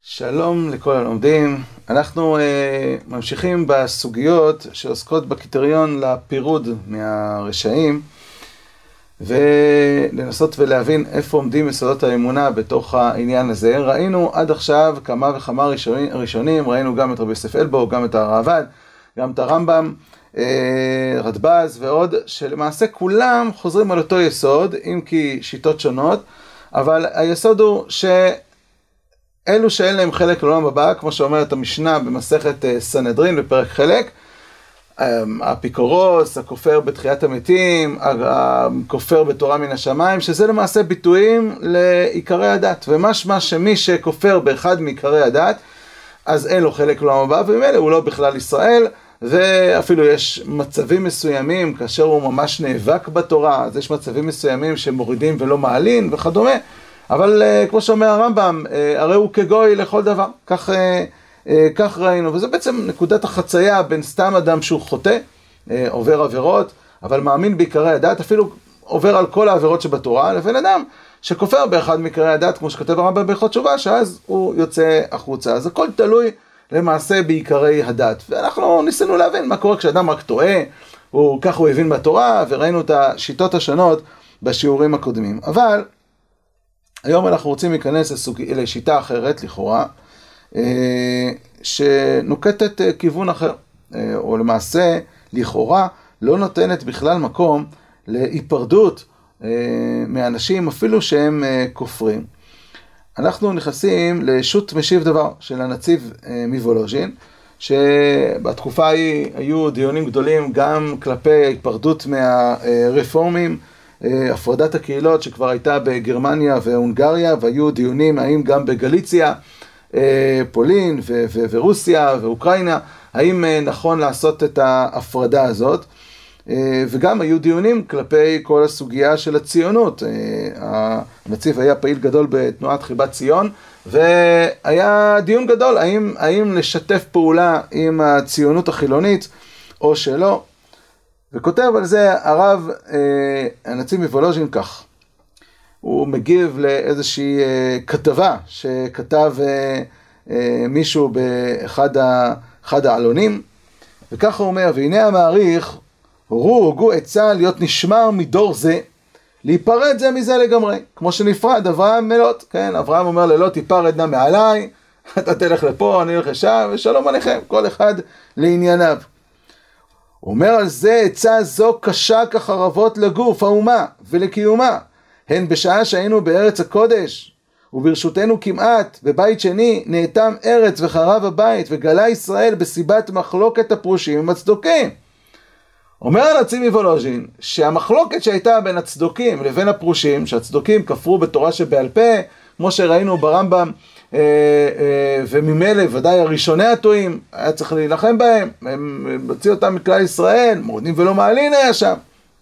שלום לכל הלומדים. אנחנו ממשיכים בסוגיות שעוסקות בקריטריון לפירוד מהרשעים, ולנסות ולהבין איפה עומדים יסודות האמונה בתוך העניין הזה. ראינו עד עכשיו כמה וכמה ראשונים, ראינו גם את רבי יוסף אלבו, גם את הרעב"ד, גם את הרמב"ם, רדב"ז ועוד, שלמעשה כולם חוזרים על אותו יסוד, אם כי שיטות שונות, אבל היסוד הוא אלו שאין להם חלק לעולם הבא, כמו שאומרת המשנה במסכת סנהדרין בפרק חלק, האפיקורוס, הכופר בתחיית המתים, הכופר בתורה מן השמיים, שזה למעשה ביטויים לעיקרי הדת, ומשמע שמי שכופר באחד מעיקרי הדת, אז אין לו חלק לעולם הבא, וממילא הוא לא בכלל ישראל, ואפילו יש מצבים מסוימים, כאשר הוא ממש נאבק בתורה, אז יש מצבים מסוימים שמורידים ולא מעלין וכדומה, אבל כמו שאומר הרמב"ם, הרי הוא כגוי לכל דבר, כך ראינו, וזה בעצם נקודת החצייה בין סתם אדם שהוא חוטא, עובר עבירות, אבל מאמין בעיקרי הדת, אפילו עובר על כל העבירות שבתורה, לבין אדם שכופר באחד מעיקרי הדת, כמו שכתב הרמב"ם בהלכות תשובה, שאז הוא יוצא החוצה. אז הכל תלוי למעשה בעיקרי הדת, ואנחנו ניסינו להבין מה קורה כשאדם רק טועה, כך הוא הבין בתורה, וראינו את השיטות השונות בשיעורים הקודמים. אבל היום אנחנו רוצים להיכנס לשיטה אחרת, לכאורה, שנוקטת כיוון אחר, או למעשה, לכאורה, לא נותנת בכלל מקום להיפרדות מאנשים, אפילו שהם כופרים. אנחנו נכנסים לשו"ת משיב דבר של הנציב מוולוז'ין, שבתקופה ההיא היו דיונים גדולים גם כלפי ההיפרדות מהרפורמים, הפרדת הקהילות שכבר הייתה בגרמניה והונגריה, והיו דיונים האם גם בגליציה, פולין ורוסיה ואוקראינה, האם נכון לעשות את ההפרדה הזאת, וגם היו דיונים כלפי כל הסוגיה של הציונות. הנציב היה פעיל גדול בתנועת חיבת ציון, והיה דיון גדול האם לשתף פעולה עם הציונות החילונית או שלא. וכותב על זה הרב הנציב מוולוז'ין כך. הוא מגיב לאיזושהי כתבה שכתב מישהו באחד העלונים, וככה הוא אומר, והנה המעריך, הוגו עצה להיות נשמר מדור זה, להיפרד זה מזה לגמרי, כמו שנפרד אברהם מלוט, כן, אברהם אומר ללוט, תיפרד נא מעליי, אתה תלך לפה, אני אלך לשם, ושלום עליכם, כל אחד לענייניו. הוא אומר על זה, עצה זו קשה כחרבות לגוף האומה ולקיומה, הן בשעה שהיינו בארץ הקודש, וברשותנו כמעט בבית שני נאטם ארץ וחרב הבית, וגלה ישראל בסיבת מחלוקת הפרושים עם הצדוקים. אומר הנציב מוולוז'ין שהמחלוקת שהייתה בין הצדוקים לבין הפרושים, שהצדוקים כפרו בתורה שבעל פה, כמו שראינו ברמב"ם, וממילא ודאי הראשוני הטועים, היה צריך להילחם בהם, הם הוציאו אותם מכלל ישראל, מורדים ולא מעלין היה שם.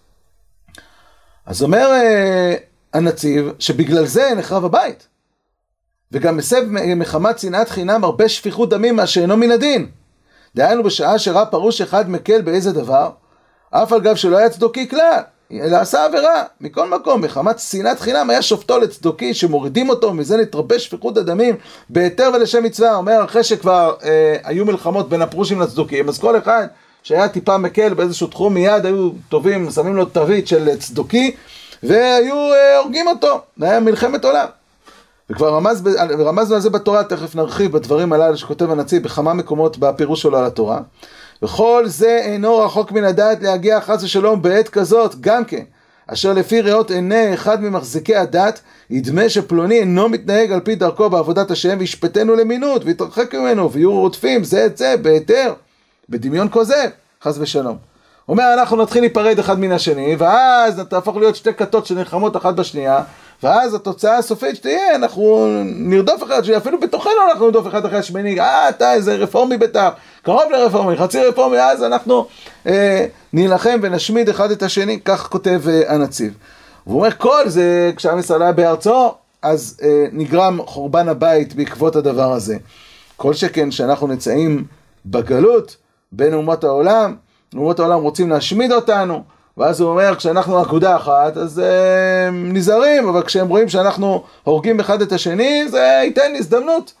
אז אומר הנציב שבגלל זה נחרב הבית, וגם מסב מחמת שנאת חינם הרבה שפיכות דמים מה שאינו מן הדין. דהיינו בשעה שראה פרוש אחד מקל באיזה דבר, אף על גב שלא היה צדוקי כלל, אלא עשה עבירה. מכל מקום, מחמת שנאת חינם היה שופטו לצדוקי שמורידים אותו, מזה נתרבה שפיכות הדמים בהיתר ולשם מצווה. אומר, אחרי שכבר היו מלחמות בין הפרושים לצדוקים, אז כל אחד שהיה טיפה מקל באיזשהו תחום, מיד היו טובים, שמים לו תווית של צדוקי, והיו הורגים אותו. זה היה מלחמת עולם. וכבר רמזנו על זה בתורה, תכף נרחיב בדברים הללו שכותב הנציב בכמה מקומות בפירוש שלו על התורה. וכל זה אינו רחוק מן הדעת להגיע חס ושלום בעת כזאת, גם כן, אשר לפי ראות עיני אחד ממחזיקי הדת, ידמה שפלוני אינו מתנהג על פי דרכו בעבודת השם, וישפטנו למינות, ויתרחק ממנו, ויהיו רודפים זה את זה, בהיתר, בדמיון כוזב, חס ושלום. הוא אומר, אנחנו נתחיל להיפרד אחד מן השני, ואז תהפוך להיות שתי כתות שנלחמות אחת בשנייה, ואז התוצאה הסופית שתהיה, אנחנו נרדוף אחד שני, אפילו בתוכנו אנחנו נרדוף אחד אחרי השמיני, אתה איזה רפורמי בטח, קרוב לרפורמי, חצי רפורמי, אז אנחנו נילחם ונשמיד אחד את השני, כך כותב הנציב. והוא אומר, כל זה, כשעם ישראל היה בארצו, אז נגרם חורבן הבית בעקבות הדבר הזה. כל שכן שאנחנו נמצאים בגלות בין אומות העולם, אומות העולם רוצים להשמיד אותנו, ואז הוא אומר, כשאנחנו נקודה אחת, אז נזהרים, אבל כשהם רואים שאנחנו הורגים אחד את השני, זה ייתן הזדמנות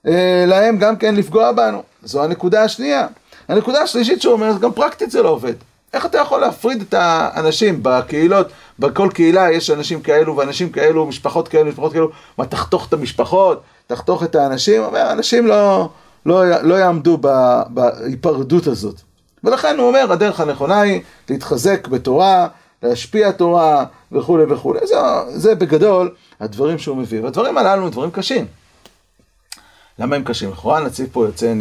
להם גם כן לפגוע בנו. זו הנקודה השנייה. הנקודה השלישית שהוא אומר, גם פרקטית זה לא עובד. איך אתה יכול להפריד את האנשים בקהילות? בכל קהילה יש אנשים כאלו ואנשים כאלו, משפחות כאלו, משפחות כאלו. מה, תחתוך את המשפחות, תחתוך את האנשים? אומר, אנשים לא יעמדו בהיפרדות הזאת. ולכן הוא אומר, הדרך הנכונה היא להתחזק בתורה, להשפיע תורה וכו' וכו'. זה בגדול הדברים שהוא מביא. והדברים הללו הם דברים קשים. למה הם קשים? לכאורה הנציב פה יוצא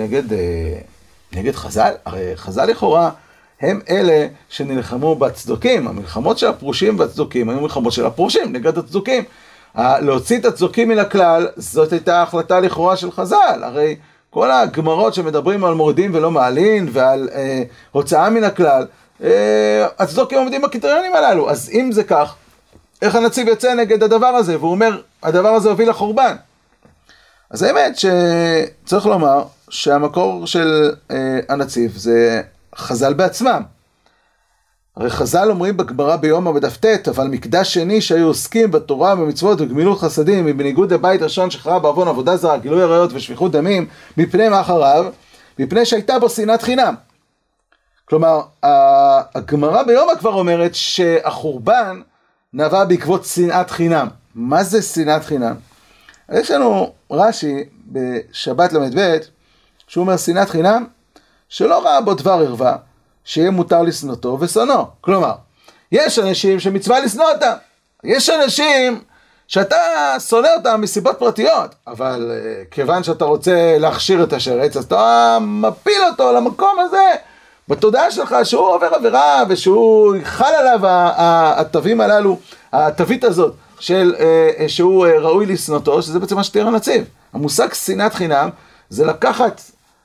נגד חז"ל. הרי חז"ל לכאורה הם אלה שנלחמו בצדוקים. המלחמות של הפרושים והצדוקים היו מלחמות של הפרושים נגד הצדוקים. להוציא את הצדוקים מן הכלל, זאת הייתה החלטה לכאורה של חז"ל. הרי כל הגמרות שמדברים על מורידים ולא מעלין ועל הוצאה מן הכלל, הצדוקים עומדים בקריטריונים הללו. אז אם זה כך, איך הנציב יוצא נגד הדבר הזה? והוא אומר, הדבר הזה הוביל לחורבן. אז האמת שצריך לומר שהמקור של הנציב זה חז"ל בעצמם. הרי חז"ל אומרים בגמרא ביומא בדף ט', אבל מקדש שני שהיו עוסקים בתורה ובמצוות וגמילות חסדים, בניגוד לבית ראשון שחרב בעוון עבודה זרה, גילוי עריות ושפיכות דמים, מפני מה אחריו? מפני שהייתה בו שנאת חינם. כלומר, הגמרא ביומא כבר אומרת שהחורבן נבע בעקבות שנאת חינם. מה זה שנאת חינם? יש לנו רש"י בשבת ל"ב, שהוא אומר שנאת חינם, שלא ראה בו דבר ערווה, שיהיה מותר לשנותו ושונאו. כלומר, יש אנשים שמצווה לשנוא אותם. יש אנשים שאתה שונא אותם מסיבות פרטיות, אבל כיוון שאתה רוצה להכשיר את השרץ, אז אתה מפיל אותו למקום הזה, בתודעה שלך שהוא עובר עבירה, ושהוא חל עליו התווים הללו, התווית הזאת, שהוא ראוי לשנותו, שזה בעצם מה שתיאר הנציב. המושג שנאת חינם, זה לקחת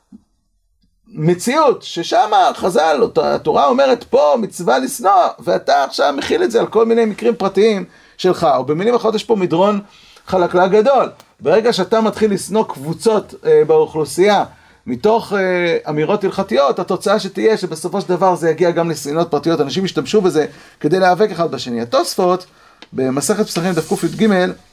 מציאות ששם חז"ל, התורה אומרת פה מצווה לשנוא, ואתה עכשיו מכיל את זה על כל מיני מקרים פרטיים שלך, או במילים אחרות יש פה מדרון חלקלק גדול. ברגע שאתה מתחיל לשנוא קבוצות באוכלוסייה, מתוך אמירות הלכתיות, התוצאה שתהיה שבסופו של דבר זה יגיע גם לשנאות פרטיות, אנשים ישתמשו בזה כדי להיאבק אחד בשני. התוספות, במסכת פסחים דף ק"ג,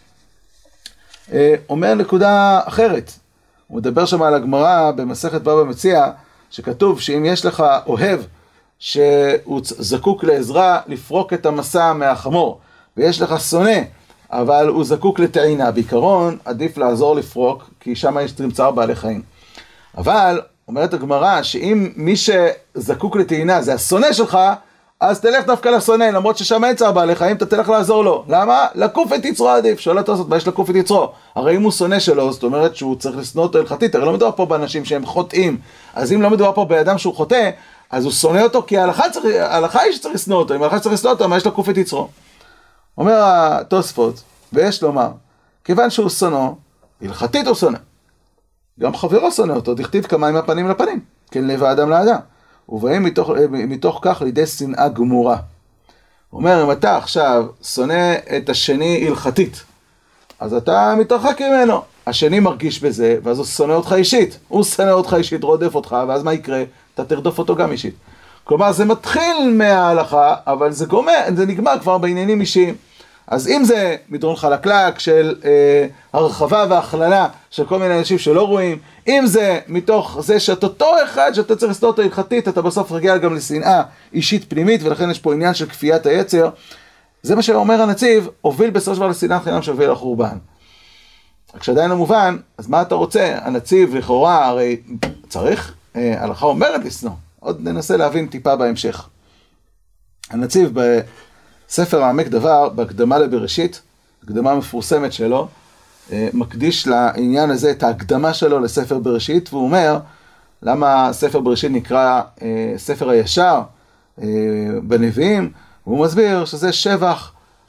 אומר נקודה אחרת. הוא מדבר שם על הגמרא במסכת בבא מציעא, שכתוב שאם יש לך אוהב שהוא זקוק לעזרה לפרוק את המסע מהחמור, ויש לך שונא, אבל הוא זקוק לטעינה, בעיקרון עדיף לעזור לפרוק, כי שם יש צער בעלי חיים. אבל אומרת הגמרא שאם מי שזקוק לטעינה זה השונא שלך, אז תלך דווקא לשונא, למרות ששם אין צער בעלי חיים, אתה תלך לעזור לו. למה? לקוף את יצרו עדיף. שואל התוספות, מה יש לקוף את יצרו? הרי אם הוא שונא שלו, זאת אומרת שהוא צריך לשנוא אותו הלכתית. הרי לא מדובר פה באנשים שהם חוטאים. אז אם לא מדובר פה באדם שהוא חוטא, אז הוא שונא אותו, כי ההלכה היא שצריך לשנוא אותו. אם ההלכה שצריך לשנוא אותו, מה יש לקוף את יצרו? אומר התוספות, ויש לומר, כיוון שהוא שונא, הלכתית הוא שונא. גם חברו שונא אותו, דכתיב כמים הפנים לפנים, כן לב האדם לאדם. ובאים מתוך כך לידי שנאה גמורה. הוא אומר, אם אתה עכשיו שונא את השני הלכתית, אז אתה מתרחק ממנו. השני מרגיש בזה, ואז הוא שונא אותך אישית. הוא שונא אותך אישית, רודף אותך, ואז מה יקרה? אתה תרדוף אותו גם אישית. כלומר, זה מתחיל מההלכה, אבל זה נגמר כבר בעניינים אישיים. אז אם זה מדרון חלקלק של הרחבה והכללה של כל מיני אנשים שלא רואים, אם זה מתוך זה שאת אותו אחד שאתה צריך לסתור אותו הלכתית, אתה בסוף רגיל גם לשנאה אישית פנימית, ולכן יש פה עניין של כפיית היצר. זה מה שאומר הנציב, הוביל בסופו של דבר לשנאת חינם שהוביל לחורבן. כשעדיין לא מובן, אז מה אתה רוצה? הנציב לכאורה הרי צריך, ההלכה אומרת לשנוא. עוד ננסה להבין טיפה בהמשך. הנציב בספר העמק דבר, בהקדמה לבראשית, הקדמה מפורסמת שלו, מקדיש לעניין הזה את ההקדמה שלו לספר בראשית, והוא אומר, למה ספר בראשית נקרא ספר הישר בנביאים, והוא מסביר שזה שבח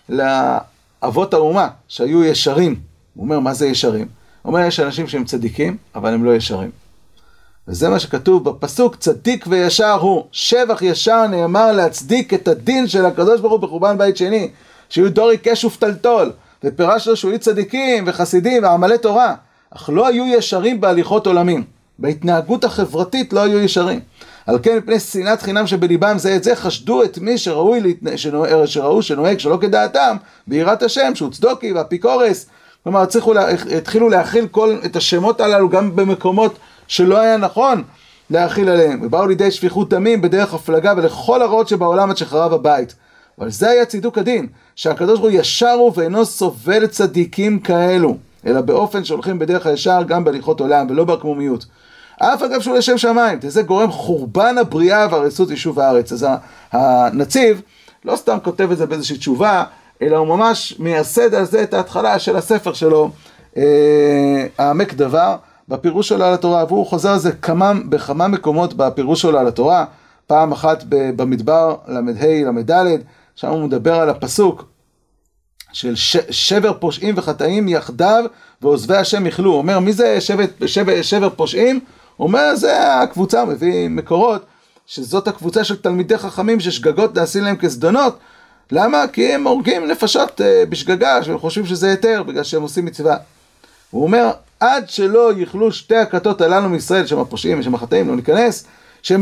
לאבות האומה שהיו ישרים. הוא אומר, מה זה ישרים? הוא אומר, יש אנשים שהם צדיקים, אבל הם לא ישרים. וזה מה שכתוב בפסוק, צדיק וישר הוא. שבח ישר נאמר להצדיק את הדין של הקדוש ברוך הוא בחורבן בית שני, שיהיו דור עיקש ופתלתול, ופירש לו שהוא יהיו צדיקים וחסידים ועמלי תורה, אך לא היו ישרים בהליכות עולמים. בהתנהגות החברתית לא היו ישרים. על כן מפני שנאת חינם שבליבם זה את זה, חשדו את מי שראו שנוהג שלא כדעתם, ביראת השם, שהוא צדוקי ואפיקורס, כלומר, התחילו להכיל את השמות הללו גם במקומות שלא היה נכון להכיל עליהם. ובאו לידי שפיכות דמים בדרך הפלגה ולכל הרעות שבעולם עד שחרב הבית. אבל זה היה צידוק הדין, שהקדוש ברוך הוא ישר הוא ואינו סובל צדיקים כאלו, אלא באופן שהולכים בדרך הישר גם בהליכות עולם ולא בעקמומיות. אף אגב שהוא לשם שמיים, זה גורם חורבן הבריאה והריסות יישוב הארץ. אז הנציב לא סתם כותב את זה באיזושהי תשובה, אלא הוא ממש מייסד על זה את ההתחלה של הספר שלו, העמק דבר, בפירוש שלו על התורה, והוא חוזר על זה בכמה מקומות בפירוש שלו על התורה, פעם אחת במדבר למ"ה למ"ד, שם הוא מדבר על הפסוק של שבר פושעים וחטאים יחדיו ועוזבי השם יכלו. הוא אומר, מי זה שבר פושעים? הוא אומר, זה הקבוצה, הוא מביא מקורות, שזאת הקבוצה של תלמידי חכמים ששגגות נעשים להם כסדונות. למה? כי הם הורגים נפשות בשגגה, שהם חושבים שזה יותר, בגלל שהם עושים מצווה. הוא אומר, עד שלא יכלו שתי הכתות הללו מישראל, שהם הפושעים ושהם החטאים, לא ניכנס, שהם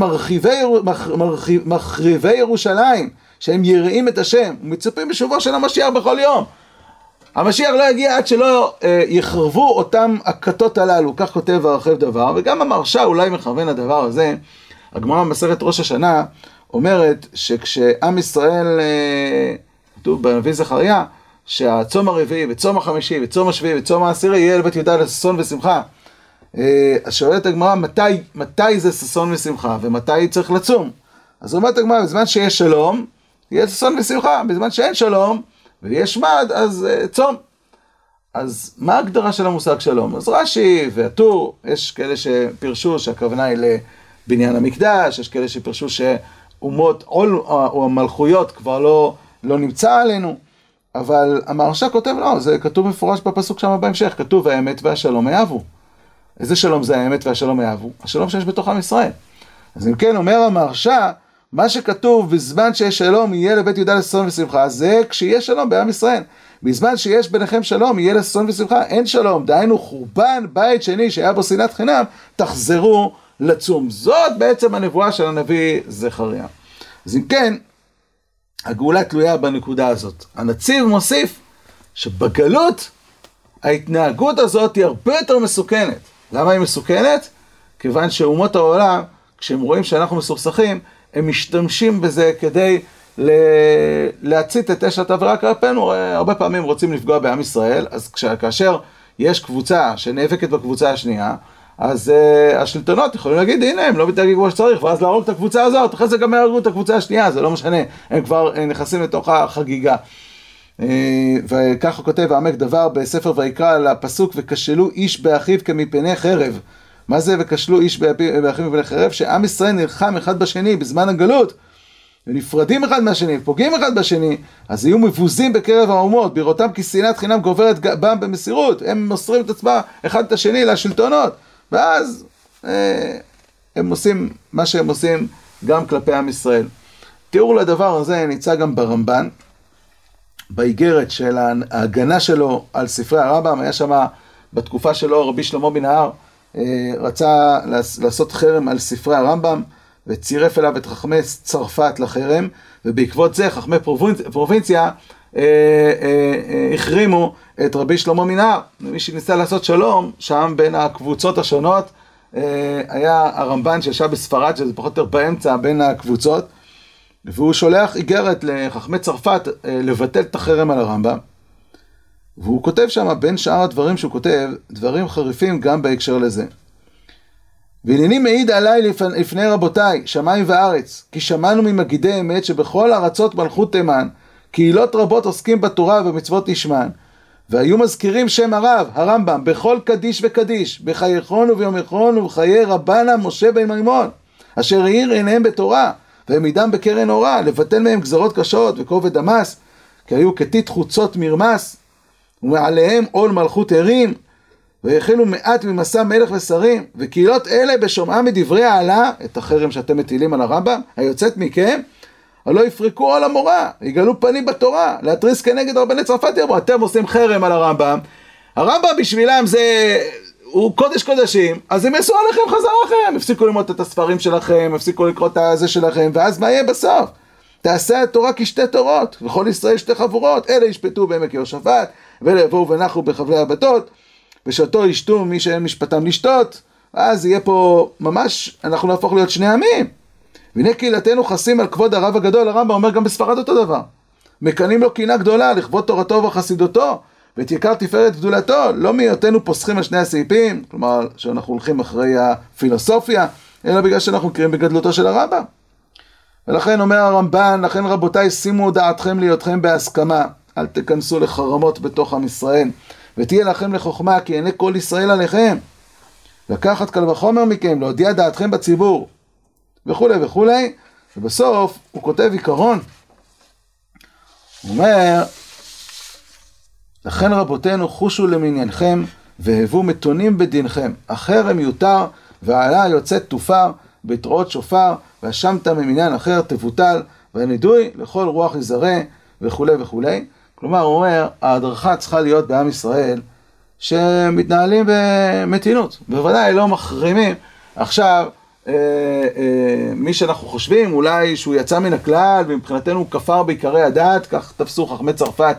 מחריבי ירושלים, שהם יראים את השם, ומצפים בשובו של המשיח בכל יום. המשיח לא יגיע עד שלא יחרבו אותם הכתות הללו, כך כותב הרחב דבר, וגם המרשה אולי מכוון לדבר הזה. הגמרא במסכת ראש השנה אומרת שכשעם ישראל, כתוב בנביא זכריה, שהצום הרביעי וצום החמישי וצום השביעי וצום העשירי יהיה לבית יהודה לששון ושמחה. אז שואלת הגמרא, מתי זה ששון ושמחה ומתי צריך לצום? אז אומרת הגמרא, בזמן שיש שלום, יהיה ששון ושמחה, בזמן שאין שלום ויש מד, אז צום. אז מה ההגדרה של המושג שלום? אז רש"י והטור, יש כאלה שפרשו שהכוונה היא לבניין המקדש, יש כאלה שפרשו שאומות או המלכויות כבר לא נמצא עלינו, אבל המהרש"א כותב, לא, זה כתוב מפורש בפסוק שם בהמשך, כתוב האמת והשלום יאהבו. איזה שלום זה האמת והשלום יאהבו? השלום שיש בתוך עם ישראל. אז אם כן, אומר המהרש"א, מה שכתוב בזמן שיש שלום יהיה לבית יהודה לששון ושמחה, זה כשיש שלום בעם ישראל. בזמן שיש ביניכם שלום יהיה לששון ושמחה, אין שלום, דהיינו חורבן בית שני שהיה בו שנאת חינם, תחזרו לצום. זאת בעצם הנבואה של הנביא זכריה. אז אם כן, הגאולה תלויה בנקודה הזאת. הנציב מוסיף שבגלות ההתנהגות הזאת היא הרבה יותר מסוכנת. למה היא מסוכנת? כיוון שאומות העולם, כשהם רואים שאנחנו מסוכסכים, הם משתמשים בזה כדי להצית את אש התבערה כלפינו. הרבה פעמים רוצים לפגוע בעם ישראל, אז כאשר יש קבוצה שנאבקת בקבוצה השנייה, אז השלטונות יכולים להגיד, הנה, הם לא מתנהגים כמו שצריך, ואז להרוג את הקבוצה הזאת, אחרי זה גם יהרגו את הקבוצה השנייה, זה לא משנה, הם כבר נכנסים לתוך החגיגה. וכך הוא כותב העמק דבר בספר ויקרא על הפסוק, וכשלו איש באחיו כמפני חרב. מה זה וכשלו איש באחיו כמפני חרב? שעם ישראל נלחם אחד בשני בזמן הגלות, ונפרדים אחד מהשני, פוגעים אחד בשני, אז יהיו מבוזים בקרב האומות, בראותם כי שנאת חינם גוברת בם במסירות, הם מוסרים את עצמם אחד את השני לשלטונות, ואז הם עושים מה שהם עושים גם כלפי עם ישראל. תיאור לדבר הזה נמצא גם ברמב"ן, באיגרת של ההגנה שלו על ספרי הרמב"ם. היה שם בתקופה שלו רבי שלמה בן נהר רצה לעשות חרם על ספרי הרמב"ם, וצירף אליו את חכמי צרפת לחרם, ובעקבות זה חכמי פרובינציה החרימו את רבי שלמה בן נהר. מי שניסה לעשות שלום שם בין הקבוצות השונות היה הרמב"ן שישב בספרד, שזה פחות או יותר באמצע בין הקבוצות, והוא שולח איגרת לחכמי צרפת לבטל את החרם על הרמב"ם, והוא כותב שם בין שאר הדברים שהוא כותב דברים חריפים גם בהקשר לזה. והנני מעיד עליי לפני רבותיי, שמיים וארץ, כי שמענו ממגידי אמת שבכל ארצות מלכות תימן, קהילות רבות עוסקים בתורה ובמצוות נשמן, והיו מזכירים שם הרב, הרמב"ם, בכל קדיש וקדיש, בחייכון וביומכון ובחיי רבנה משה בן מימון, אשר האיר עיניהם בתורה, והעמידם בקרן אורה, לבטל מהם גזרות קשות וכובד המס, כי היו כתית חוצות מרמס, ומעליהם עול מלכות הרים, והחלו מעט ממסע מלך ושרים, וקהילות אלה בשומעם מדברי העלה, את החרם שאתם מטילים על הרמב"ם, היוצאת מכם, הלא יפרקו עול המורה, יגלו פנים בתורה, להתריס כנגד רבני צרפת, יאמרו, אתם עושים חרם על הרמב"ם, הרמב"ם בשבילם הוא קודש קודשים, אז הם יעשו עליכם חזרה אחריהם, הפסיקו ללמוד את הספרים שלכם, הפסיקו לקרוא את הזה שלכם, ואז מה יהיה בסוף? תעשה התורה כשתי תורות, וכל ישראל שתי חבורות, אלה ישפטו בעמק יהושפט, ויבואו ונחו בחבלי הבתות, ושתו ישתו מי שאין משפטם לשתות, אז יהיה פה ממש, אנחנו נהפוך להיות שני עמים. והנה קהילתנו חסים על כבוד הרב הגדול, הרמב"ם אומר גם בספרד אותו דבר. מקנים לו קינה גדולה לכבוד תורתו וחסידותו, ואת יקר תפארת גדולתו, לא מהיותנו פוסחים על שני הסעיפים, כלומר שאנחנו הולכים אחרי הפילוסופיה, אלא בגלל שאנחנו מכירים בגדלותו של הרמב"ם. ולכן אומר הרמב"ן, לכן רבותיי, שימו דעתכם להיותכם בהסכמה, אל תכנסו לחרמות בתוך עם ישראל, ותהיה לכם לחוכמה, כי עיני כל ישראל עליכם. לקחת קל וחומר מכם, להודיע דעתכם בציבור, וכולי וכולי, ובסוף הוא כותב עיקרון. הוא אומר, לכן רבותינו חושו למניינכם, והבו מתונים בדינכם, החרם יותר, והעלה יוצאת תופר, בתרועות שופר, והשמת ממניין אחר תבוטל, והנידוי לכל רוח יזרה, וכולי וכולי. כלומר, הוא אומר, ההדרכה צריכה להיות בעם ישראל, שמתנהלים במתינות, בוודאי לא מחרימים. עכשיו, מי שאנחנו חושבים, אולי שהוא יצא מן הכלל, ומבחינתנו הוא כפר בעיקרי הדת, כך תפסו חכמי צרפת,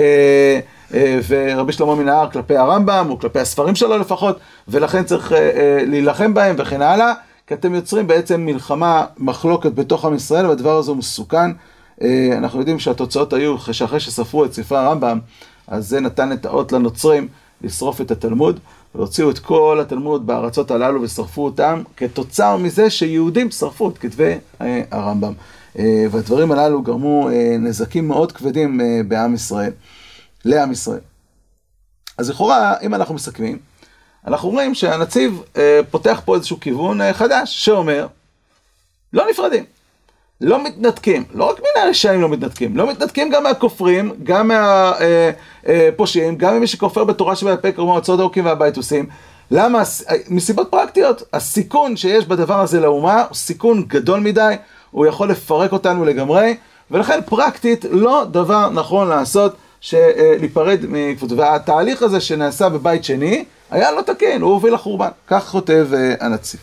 ורבי שלמה מן ההר כלפי הרמב"ם, או כלפי הספרים שלו לפחות, ולכן צריך להילחם בהם וכן הלאה, כי אתם יוצרים בעצם מלחמה, מחלוקת בתוך עם ישראל, והדבר הזה הוא מסוכן. אנחנו יודעים שהתוצאות היו, אחרי שספרו את ספרי הרמב"ם, אז זה נתן את האות לנוצרים לשרוף את התלמוד, והוציאו את כל התלמוד בארצות הללו ושרפו אותם, כתוצר מזה שיהודים שרפו את כתבי הרמב"ם. והדברים הללו גרמו נזקים מאוד כבדים בעם ישראל, לעם ישראל. אז לכאורה, אם אנחנו מסכמים, אנחנו רואים שהנציב פותח פה איזשהו כיוון חדש, שאומר, לא נפרדים, לא מתנתקים, לא רק מן הרשעים לא מתנתקים, לא מתנתקים גם מהכופרים, גם מהפושעים, גם ממי שכופר בתורה שבעל פה כמו הצדוקים והבייתוסים. למה? מסיבות פרקטיות, הסיכון שיש בדבר הזה לאומה הוא סיכון גדול מדי, הוא יכול לפרק אותנו לגמרי, ולכן פרקטית לא דבר נכון לעשות להיפרד מקבוצות. והתהליך הזה שנעשה בבית שני, היה לא תקין, הוא הוביל לחורבן. כך כותב הנציב.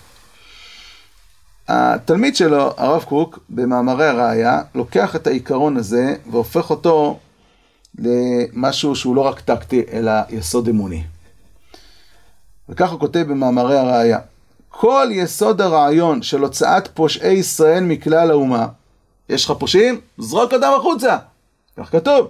התלמיד שלו, הרב קוק, במאמרי הראיה, לוקח את העיקרון הזה והופך אותו למשהו שהוא לא רק טקטי, אלא יסוד אמוני. וכך הוא כותב במאמרי הראיה, כל יסוד הרעיון של הוצאת פושעי ישראל מכלל האומה, יש לך פושעים? זרוק אותם החוצה. כך כתוב.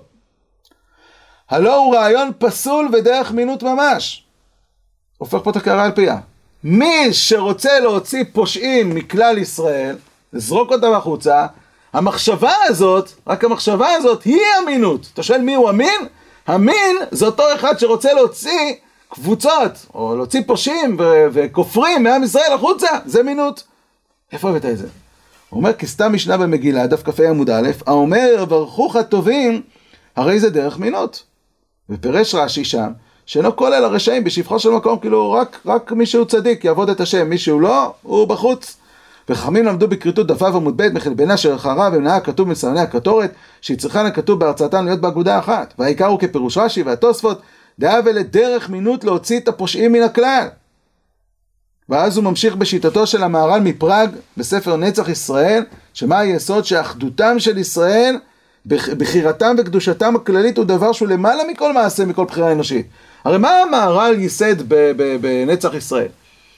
הלא הוא רעיון פסול ודרך מינות ממש. הופך פה את הקערה על פיה. מי שרוצה להוציא פושעים מכלל ישראל, לזרוק אותם החוצה, המחשבה הזאת, רק המחשבה הזאת, היא אמינות. אתה שואל מי הוא אמין? אמין זה אותו אחד שרוצה להוציא קבוצות, או להוציא פושעים וכופרים מעם ישראל החוצה, זה אמינות. איפה הבאת את זה? הוא אומר, כסתם משנה במגילה, דף כ"ה עמוד א', האומר, ברכוך הטובים, הרי זה דרך מינות. ופרש רש"י שם, שאינו כולל הרשעים בשפחו של מקום, כאילו רק מי שהוא צדיק יעבוד את השם, מי שהוא לא, הוא בחוץ. וחכמים למדו בכריתות דף עמוד ב' מחלבנה שרחרה ומנהה כתוב מסמני הקטורת, שהיא צריכה לכתוב בהרצאתן להיות באגודה אחת. והעיקר הוא כפירוש רש"י והתוספות, דעה ולדרך מינות להוציא את הפושעים מן הכלל. ואז הוא ממשיך בשיטתו של המהר"ל מפראג, בספר נצח ישראל, שמה היסוד שאחדותם של ישראל, בחירתם וקדושתם הכללית, הוא דבר שהוא למעלה מכל מעשה, מכל בחירה אנושית. הרי מה המהר"ל ייסד בנצח ישראל?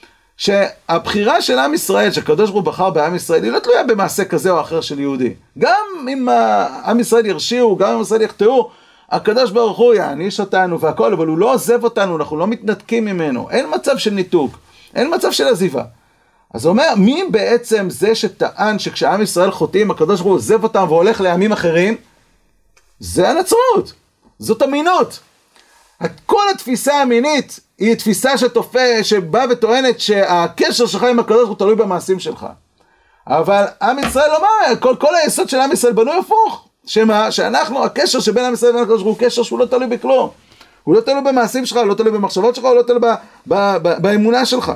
שהבחירה של עם ישראל, שהקדוש ברוך הוא בחר בעם ישראל, היא לא תלויה במעשה כזה או אחר של יהודי. גם אם עם ישראל ירשיעו, גם אם עם ישראל יחטאו, הקדוש ברוך הוא יעניש אותנו והכל, אבל הוא לא עוזב אותנו, אנחנו לא מתנתקים ממנו. אין מצב של ניתוק, אין מצב של עזיבה. אז הוא אומר, מי בעצם זה שטען שכשעם ישראל חוטאים, הקדוש ברוך הוא עוזב אותם והולך לעמים אחרים? זה הנצרות, זאת אמינות. כל התפיסה המינית היא תפיסה שבאה וטוענת שהקשר שלך עם הקדוש הוא תלוי במעשים שלך. אבל עם ישראל אומר, כל היסוד של עם ישראל בנוי הפוך. שאנחנו, הקשר שבין עם ישראל והקדוש הוא קשר שהוא לא תלוי בכלום. הוא לא תלוי במעשים שלך, הוא לא תלוי במחשבות שלך, הוא לא תלוי באמונה שלך.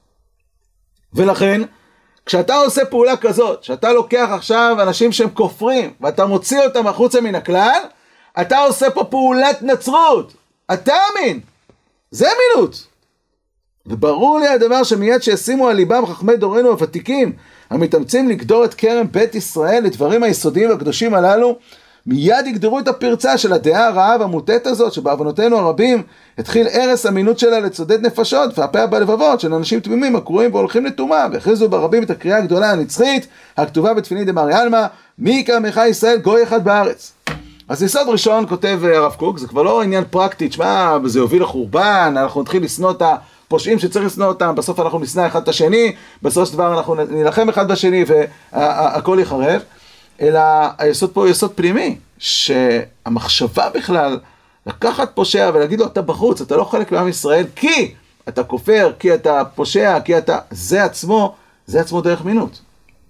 ולכן, כשאתה עושה פעולה כזאת, שאתה לוקח עכשיו אנשים שהם כופרים, ואתה מוציא אותם החוצה מן הכלל, אתה עושה פה פעולת נצרות. אתה אמין. זה אמינות. וברור לי הדבר שמיד שישימו על ליבם חכמי דורנו הוותיקים, המתאמצים לגדור את כרם בית ישראל לדברים היסודיים והקדושים הללו, מיד יגדרו את הפרצה של הדעה הרעה והמוטט הזאת, שבעוונותינו הרבים התחיל ערש אמינות שלה לצודד נפשות והפה בלבבות של אנשים תמימים הקרואים והולכים לטומאה, והכריזו ברבים את הקריאה הגדולה הנצחית הכתובה בתפילין דמרי עלמא, מי כעמך ישראל גוי אחד בארץ. אז יסוד ראשון כותב הרב קוק, זה כבר לא עניין פרקטי, שמה זה יוביל לחורבן, אנחנו נתחיל לשנוא את הפושעים שצריך לשנוא אותם, בסוף אנחנו נשנא אחד את השני, בסוף דבר אנחנו נלחם אחד בשני והכל יחרב, אלא היסוד פה הוא יסוד פנימי, שהמחשבה בכלל לקחת פושע ולהגיד לו אתה בחוץ, אתה לא חלק מעם ישראל, כי אתה כופר, כי אתה פושע, כי אתה, זה עצמו דרך מינות.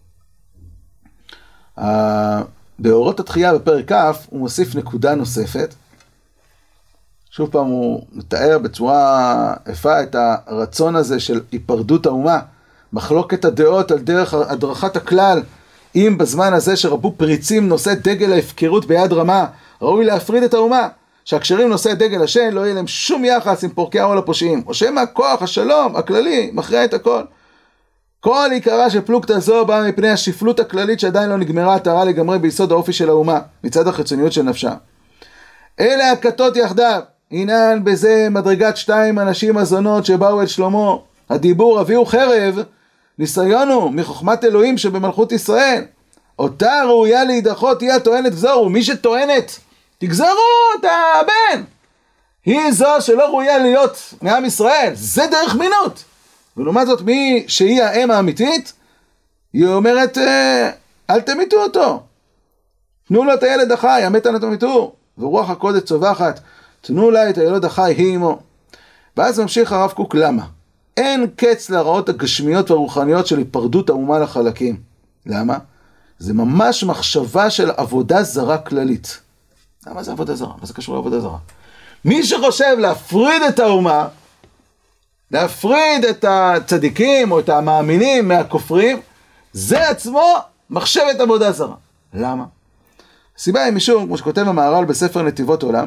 באורות התחייה בפרק כ' הוא מוסיף נקודה נוספת, שוב פעם הוא מתאר בצורה יפה את הרצון הזה של היפרדות האומה, מחלוקת הדעות על דרך הדרכת הכלל, אם בזמן הזה שרבו פריצים נושא דגל ההפקרות ביד רמה, ראוי להפריד את האומה, שהקשרים נושא דגל השן לא יהיה להם שום יחס עם פורקי העול הפושעים, או שמא כוח השלום הכללי מכריע את הכל. כל עיקרה של פלוגתא זו באה מפני השפלות הכללית שעדיין לא נגמרה הטהרה לגמרי ביסוד האופי של האומה, מצד החיצוניות של נפשה. אלה הכתות יחדיו, הינן בזה מדרגת 2 אנשים הזונות שבאו אל שלמה, הדיבור הביאו חרב, ניסיונו מחוכמת אלוהים שבמלכות ישראל, אותה ראויה להידחות היא הטוענת גזורו, מי שטוענת תגזרו את הבן, היא זו שלא ראויה להיות מעם ישראל, זה דרך מינות. ולעומת זאת מי שהיא האם האמיתית, היא אומרת אל תמיתו אותו, תנו לו את הילד החי, המת אל תמיתו, ורוח הקודש צווחת, תנו לה את הילד החי, היא עמו. ואז ממשיך הרב קוק למה? אין קץ להראות הגשמיות והרוחניות של היפרדות האומה לחלקים. למה? זה ממש מחשבה של עבודה זרה כללית. למה זה עבודה זרה? מה זה קשור לעבודה זרה? מי שחושב להפריד את האומה, להפריד את הצדיקים או את המאמינים מהכופרים, זה עצמו מחשבת עבודה זרה. למה? הסיבה היא משום, כמו שכותב המהר"ל בספר נתיבות עולם,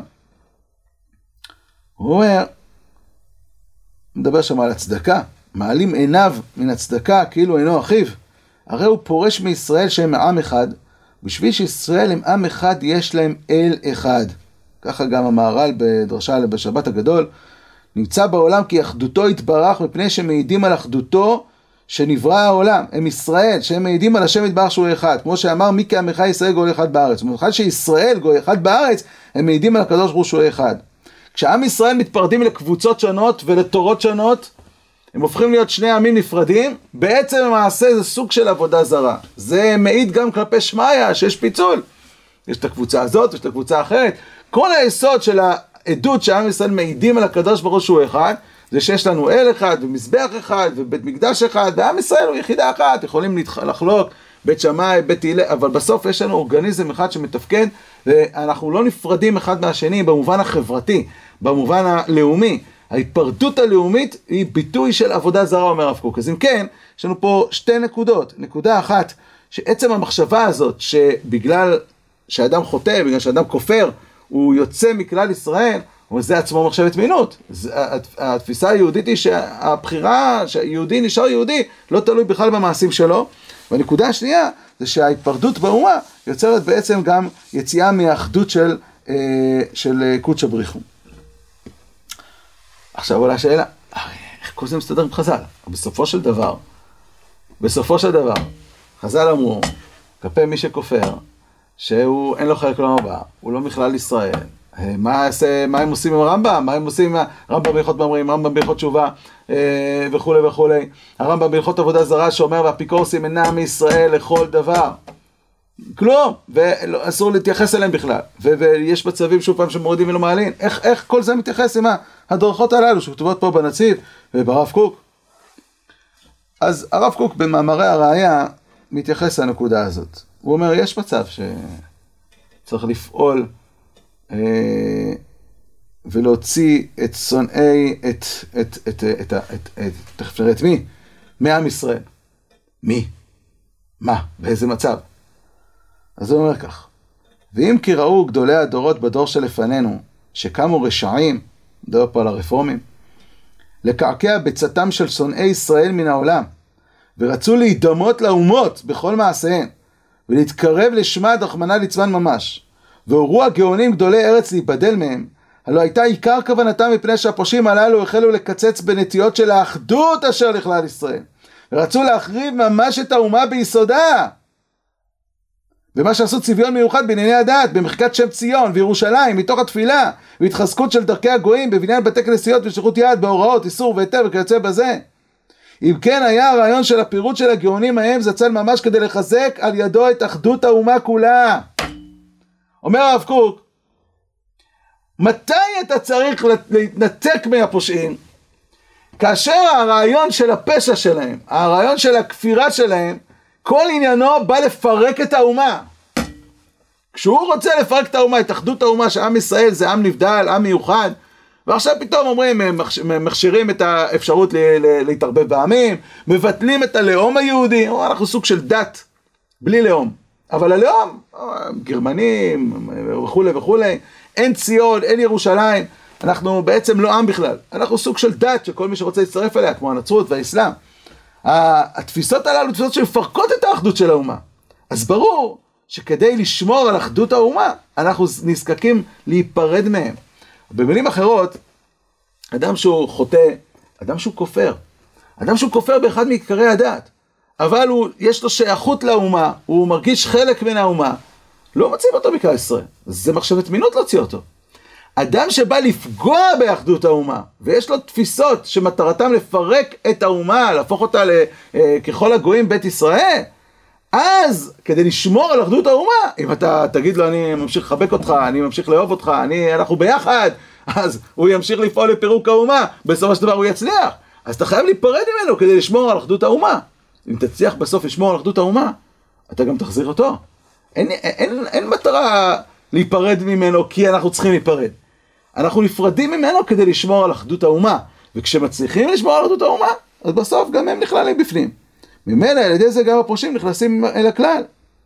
הוא אומר, מדבר שם על הצדקה, מעלים עיניו מן הצדקה כאילו אינו אחיו, הרי הוא פורש מישראל שהם עם אחד, בשביל שישראל הם עם אחד יש להם אל אחד. ככה גם המהר"ל בדרשה בשבת הגדול, נמצא בעולם כי אחדותו יתברך מפני שמעידים על אחדותו שנברא העולם, הם ישראל, שהם מעידים על השם יתברך שהוא אחד, כמו שאמר מי כעמך ישראל גוי אחד בארץ, במיוחד שישראל גוי אחד בארץ, הם מעידים על הקדוש ברוך הוא אחד. כשעם ישראל מתפרדים לקבוצות שונות ולתורות שונות, הם הופכים להיות שני עמים נפרדים, בעצם למעשה זה סוג של עבודה זרה. זה מעיד גם כלפי שמעיה שיש פיצול. יש את הקבוצה הזאת, יש את הקבוצה האחרת. כל היסוד של העדות שעם ישראל מעידים על הקדוש ברוך הוא אחד, זה שיש לנו אל אחד ומזבח אחד ובית מקדש אחד, ועם ישראל הוא יחידה אחת, יכולים לחלוק בית שמאי, בית הלל, אבל בסוף יש לנו אורגניזם אחד שמתפקד, ואנחנו לא נפרדים אחד מהשני במובן החברתי, במובן הלאומי. ההיפרדות הלאומית היא ביטוי של עבודה זרה, אומר הרב קוק. אז אם כן, יש לנו פה שתי נקודות. נקודה אחת, שעצם המחשבה הזאת, שבגלל שאדם חוטא, בגלל שאדם כופר, הוא יוצא מכלל ישראל, וזה עצמו מחשבת מינות. התפיסה היהודית היא שהבחירה, שהיהודי נשאר יהודי, לא תלוי בכלל במעשים שלו. והנקודה השנייה, זה שההתפרדות באומה יוצרת בעצם גם יציאה מהאחדות של קודש הבריחו. עכשיו עולה השאלה, איך כל זה מסתדר עם חז"ל? בסופו של דבר, חז"ל אמרו, כלפי מי שכופר, שהוא אין לו חלק לעולם הבא, הוא לא מכלל ישראל. מה הם עושים עם הרמב"ם? מה הם עושים עם הרמב"ם בהלכות מאמרים, רמב"ם בהלכות תשובה וכו' וכו'. הרמב"ם בהלכות עבודה זרה שאומר, והאפיקורסים אינם מישראל לכל דבר. כלום, ואסור להתייחס אליהם בכלל. ויש בצווים שוב פעם שמורידים ולא מעלים. איך כל זה מתייחס עם הדרכות הללו שכתובות פה בנציב וברב קוק? אז הרב קוק במאמרי הראיה מתייחס לנקודה הזאת. הוא אומר, יש מצב שצריך לפעול ולהוציא את שונאי, תכף נראה את מי? מעם ישראל. מי? מה? באיזה מצב? אז הוא אומר כך, ואם כי ראו גדולי הדורות בדור שלפנינו, שקמו רשעים, מדבר פה על הרפורמים, לקעקע בצאתם של שונאי ישראל מן העולם, ורצו להידמות לאומות בכל מעשיהן, ולהתקרב לשמה דרחמנא ליצלן ממש, והורו הגאונים גדולי ארץ להיבדל מהם, הלא הייתה עיקר כוונתם מפני שהפושעים הללו החלו לקצץ בנטיות של האחדות אשר לכלל ישראל, ורצו להחריב ממש את האומה ביסודה. ומה שעשו צביון מיוחד בענייני הדת, במחיקת שם ציון וירושלים, מתוך התפילה, והתחזקות של דרכי הגויים, בבניין בתי כנסיות ושליחות יד, בהוראות, איסור והיתר וכיוצא בזה. אם כן היה הרעיון של הפירוט של הגאונים ההם זצ"ל ממש כדי לחזק על ידו את אחדות האומה כולה. אומר הרב קוק, מתי אתה צריך להתנתק מהפושעים? כאשר הרעיון של הפשע שלהם, הרעיון של הכפירה שלהם, כל עניינו בא לפרק את האומה. כשהוא רוצה לפרק את האומה, את אחדות האומה, שעם ישראל זה עם נבדל, עם מיוחד, ועכשיו פתאום אומרים, מכשירים את האפשרות להתערבב בעמים, מבטלים את הלאום היהודי, אנחנו סוג של דת, בלי לאום. אבל הלאום, גרמנים וכו' וכו', אין ציון, אין ירושלים, אנחנו בעצם לא עם בכלל. אנחנו סוג של דת שכל מי שרוצה להצטרף אליה, כמו הנצרות והאסלאם. התפיסות הללו, תפיסות שמפרקות את האחדות של האומה. אז ברור שכדי לשמור על אחדות האומה, אנחנו נזקקים להיפרד מהם. במילים אחרות, אדם שהוא חוטא, אדם שהוא כופר, אדם שהוא כופר באחד מעיקרי הדת, אבל יש לו שייכות לאומה, הוא מרגיש חלק מן האומה, לא מציב אותו בכלל ישראל. זה מחשבת מינות להוציא אותו. אדם שבא לפגוע באחדות האומה, ויש לו תפיסות שמטרתם לפרק את האומה, להפוך אותה ככל הגויים בית ישראל, אז כדי לשמור על אחדות האומה, אם אתה תגיד לו אני ממשיך לחבק אותך, אני ממשיך לאהוב אותך, אנחנו ביחד, אז הוא ימשיך לפעול לפירוק האומה, בסופו של דבר הוא יצליח. אז אתה חייב להיפרד ממנו כדי לשמור על אחדות האומה. אם תצליח בסוף לשמור על אחדות האומה, אתה גם תחזיר אותו. אין מטרה להיפרד ממנו כי אנחנו צריכים להיפרד. אנחנו נפרדים ממנו כדי לשמור על אחדות האומה. וכשמצליחים לשמור על אחדות האומה, אז בסוף גם הם נכללים בפנים. ממילא על ידי זה גם הפושעים נכנסים אל הכלל.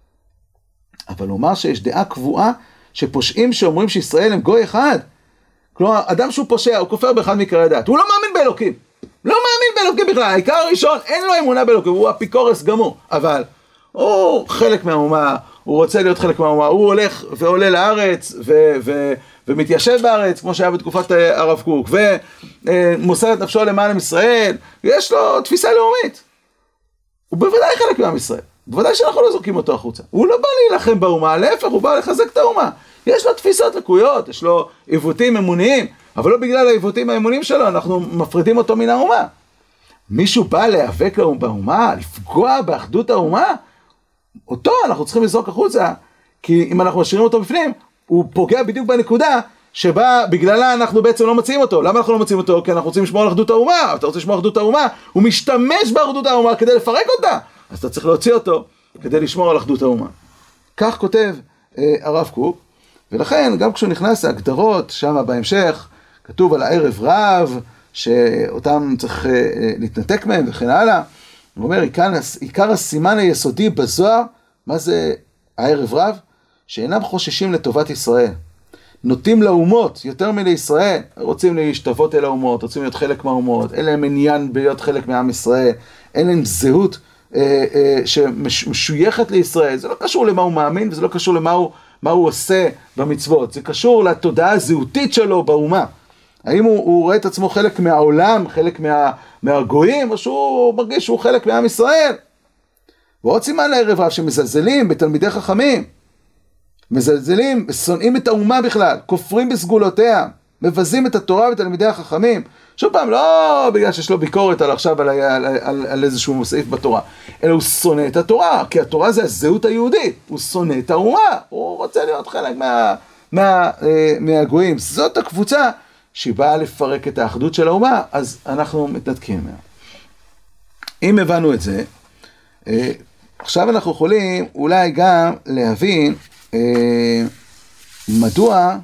אבל לומר שיש דעה קבועה שפושעים שאומרים שישראל הם גוי אחד. כלומר, אדם שהוא פושע, הוא כופר באחד מעיקרי הדת. הוא לא מאמין באלוקים. לא מאמין באלוקים בכלל. העיקר הראשון, אין לו אמונה באלוקים. הוא אפיקורס גמור. אבל הוא חלק מהאומה, הוא רוצה להיות חלק מהאומה. הוא הולך ועולה לארץ ומתיישב בארץ, כמו שהיה בתקופת הרב קוק, ומוסר את נפשו למען עם ישראל. יש לו תפיסה לאומית. הוא בוודאי חלק מעם ישראל. בוודאי שאנחנו לא זורקים אותו החוצה. הוא לא בא להילחם באומה, להפך, הוא בא לחזק את האומה. יש לו תפיסות לקויות, יש לו עיוותים אמוניים, אבל לא בגלל העיוותים האמוניים שלו, אנחנו מפרידים אותו מן האומה. מישהו בא להיאבק באומה, לפגוע באחדות האומה, אותו אנחנו צריכים לזרוק החוצה, כי אם אנחנו משאירים אותו בפנים, הוא פוגע בדיוק בנקודה שבה בגללה אנחנו בעצם לא מציעים אותו. למה אנחנו לא מציעים אותו? כי אנחנו רוצים לשמור על אחדות האומה. אתה רוצה לשמור על אחדות האומה, הוא משתמש באחדות האומה כדי לפרק אותה. אז אתה צריך להוציא אותו כדי לשמור על אחדות האומה. כך כותב הרב קוק, ולכן גם כשהוא נכנס להגדרות שם בהמשך, כתוב על הערב רב, שאותם צריך להתנתק מהם וכן הלאה. הוא אומר, עיקר הסימן היסודי בזוהר, מה זה הערב רב? שאינם חוששים לטובת ישראל. נוטים לאומות יותר מלישראל, רוצים להשתוות אל האומות, רוצים להיות חלק מהאומות, אין להם עניין להיות חלק מעם ישראל, אין להם זהות שמשויכת לישראל, זה לא קשור למה הוא מאמין, וזה לא קשור למה הוא עושה במצוות, זה קשור לתודעה הזהותית שלו באומה. האם הוא רואה את עצמו חלק מהעולם, חלק מהגויים, או שהוא מרגיש שהוא חלק מעם ישראל. ועוד סימן לערב רב שמזלזלים בתלמידי חכמים, מזלזלים, שונאים את האומה בכלל, כופרים בסגולותיה, מבזים את התורה ותלמידי החכמים. שוב פעם, לא בגלל שיש לו ביקורת על עכשיו על איזשהו סעיף בתורה, אלא הוא שונא את התורה, כי התורה זה הזהות היהודית, הוא שונא את האומה, הוא רוצה להיות חלק מהגויים. זאת הקבוצה שהיא באה לפרק את האחדות של האומה, אז אנחנו מתנתקים ממנה. אם הבנו את זה, עכשיו אנחנו יכולים אולי גם להבין מדוע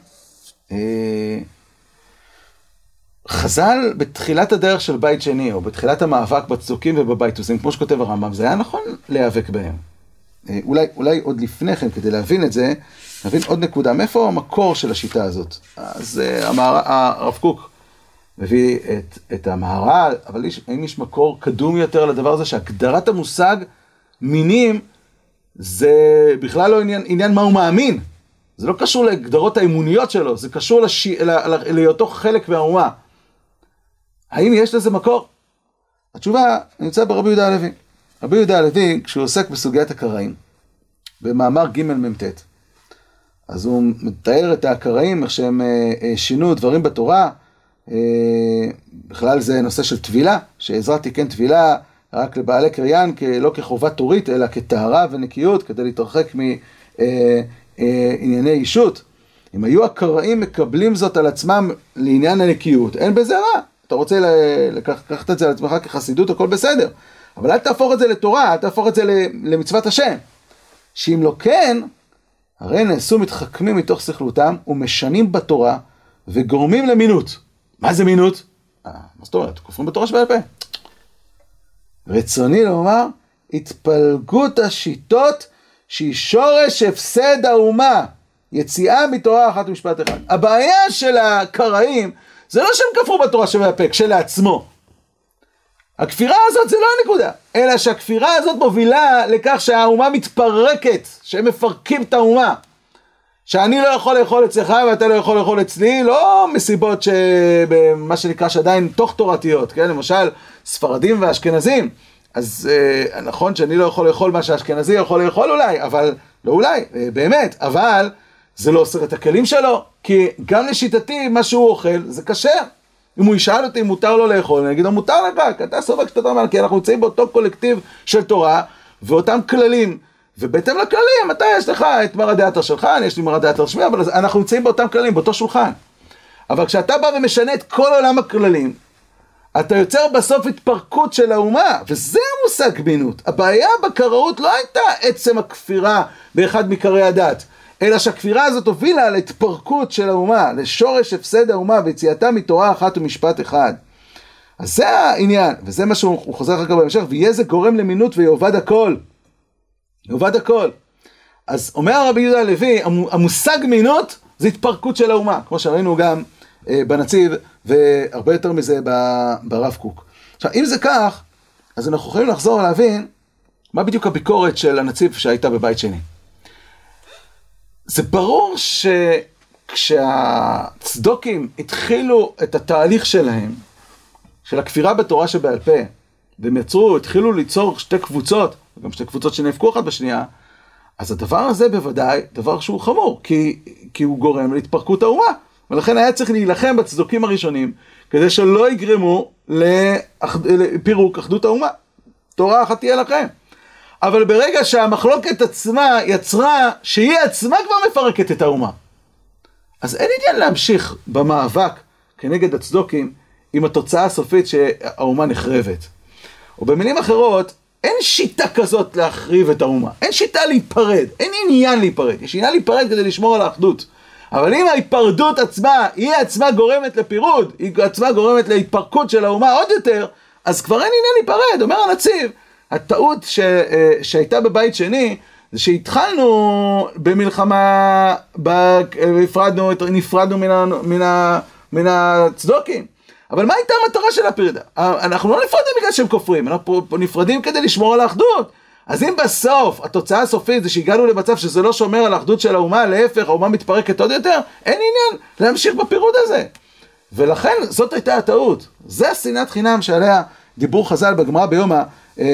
חז"ל בתחילת הדרך של בית שני, או בתחילת המאבק בצדוקים ובבייתוסים, כמו שכותב הרמב"ם, זה היה נכון להיאבק בהם. אולי עוד לפני כן, כדי להבין את זה, נבין עוד נקודה, מאיפה המקור של השיטה הזאת? אז הרב קוק מביא את המהר"ל, אבל האם יש מקור קדום יותר לדבר הזה, שהגדרת המושג מינים, זה בכלל לא עניין מה הוא מאמין, זה לא קשור להגדרות האמוניות שלו, זה קשור להיותו חלק מהאומה. האם יש לזה מקור? התשובה נמצא ברבי יהודה הלוי. רבי יהודה הלוי, כשהוא עוסק בסוגיית הקראים, במאמר ג' מ"ט, אז הוא מתאר את הקראים, איך שהם שינו דברים בתורה, בכלל זה נושא של תבילה, שעזרא תיקן תבילה רק לבעלי קריין, לא כחובה תורית, אלא כטהרה ונקיות, כדי להתרחק מענייני אישות. אם היו הקראים מקבלים זאת על עצמם לעניין הנקיות, אין בזה רע. אתה רוצה לקחת את זה על עצמך כחסידות, הכל בסדר. אבל אל תהפוך את זה לתורה, אל תהפוך את זה למצוות השם. שאם לא כן, הרי נעשו מתחכמים מתוך שכלותם ומשנים בתורה וגורמים למינות. מה זה מינות? מה זאת אומרת? כופרים בתורה שבעל פה. רצוני לומר, התפלגות השיטות שהיא שורש הפסד האומה, יציאה מתורה אחת ומשפט אחד. הבעיה של הקראים, זה לא שהם כפרו בתורה שבעל פה, כשלעצמו. הכפירה הזאת זה לא הנקודה, אלא שהכפירה הזאת מובילה לכך שהאומה מתפרקת, שהם מפרקים את האומה. שאני לא יכול לאכול אצלך ואתה לא יכול לאכול אצלי, לא מסיבות שבמה שנקרא שעדיין תוך תורתיות, כן? למשל ספרדים ואשכנזים, אז נכון שאני לא יכול לאכול מה שהאשכנזי יכול לאכול אולי, אבל לא אולי, באמת, אבל זה לא אוסר את הכלים שלו, כי גם לשיטתי מה שהוא אוכל זה כשר. אם הוא ישאל אותי אם מותר לו לאכול, אני אגיד לו מותר לך, כי אתה סובק שאתה אומר, כי אנחנו נמצאים באותו קולקטיב של תורה, ואותם כללים, ובהתאם לכללים, אתה יש לך את מרא דאתרא שלך, אני יש לי מרא דאתרא שמי, אבל אנחנו נמצאים באותם כללים, באותו שולחן. אבל כשאתה בא ומשנה את כל עולם הכללים, אתה יוצר בסוף התפרקות של האומה, וזה המושג מינות. הבעיה בקראות לא הייתה עצם הכפירה באחד מקרי הדת, אלא שהכפירה הזאת הובילה להתפרקות של האומה, לשורש הפסד האומה ויציאתה מתורה אחת ומשפט אחד. אז זה העניין, וזה מה שהוא חוזר אחר כך בהמשך, ויהיה זה גורם למינות ויאבד הכל. יאבד הכל. אז אומר רבי יהודה הלוי, המושג מינות זה התפרקות של האומה, כמו שראינו גם בנציב, והרבה יותר מזה ברב קוק. עכשיו, אם זה כך, אז אנחנו יכולים לחזור להבין מה בדיוק הביקורת של הנציב שהייתה בבית שני. זה ברור שכשהצדוקים התחילו את התהליך שלהם, של הכפירה בתורה שבעל פה, והם התחילו ליצור שתי קבוצות, גם שתי קבוצות שנאבקו אחת בשנייה, אז הדבר הזה בוודאי דבר שהוא חמור, כי הוא גורם להתפרקות האומה, ולכן היה צריך להילחם בצדוקים הראשונים, כדי שלא יגרמו לפירוק אחדות האומה. תורה אחת תהיה לכם. אבל ברגע שהמחלוקת עצמה יצרה שהיא עצמה כבר מפרקת את האומה, אז אין עניין להמשיך במאבק כנגד הצדוקים עם התוצאה הסופית שהאומה נחרבת. או במילים אחרות, אין שיטה כזאת להחריב את האומה. אין שיטה להיפרד, אין עניין להיפרד. יש עניין להיפרד כדי לשמור על האחדות. אבל אם ההיפרדות עצמה, היא עצמה גורמת לפירוד, היא עצמה גורמת להתפרקות של האומה עוד יותר, אז כבר אין עניין להיפרד. אומר הנציב, הטעות שהייתה בבית שני, זה שהתחלנו במלחמה, נפרדנו מן הצדוקים. אבל מה הייתה המטרה של הפרידה? אנחנו לא נפרדים בגלל שהם כופרים, אנחנו נפרדים כדי לשמור על האחדות. אז אם בסוף, התוצאה הסופית זה שהגענו למצב שזה לא שומר על האחדות של האומה, להפך, האומה מתפרקת עוד יותר, אין עניין להמשיך בפירוד הזה. ולכן זאת הייתה הטעות. זה שנאת חינם שעליה דיבור חז"ל בגמרא ביומא,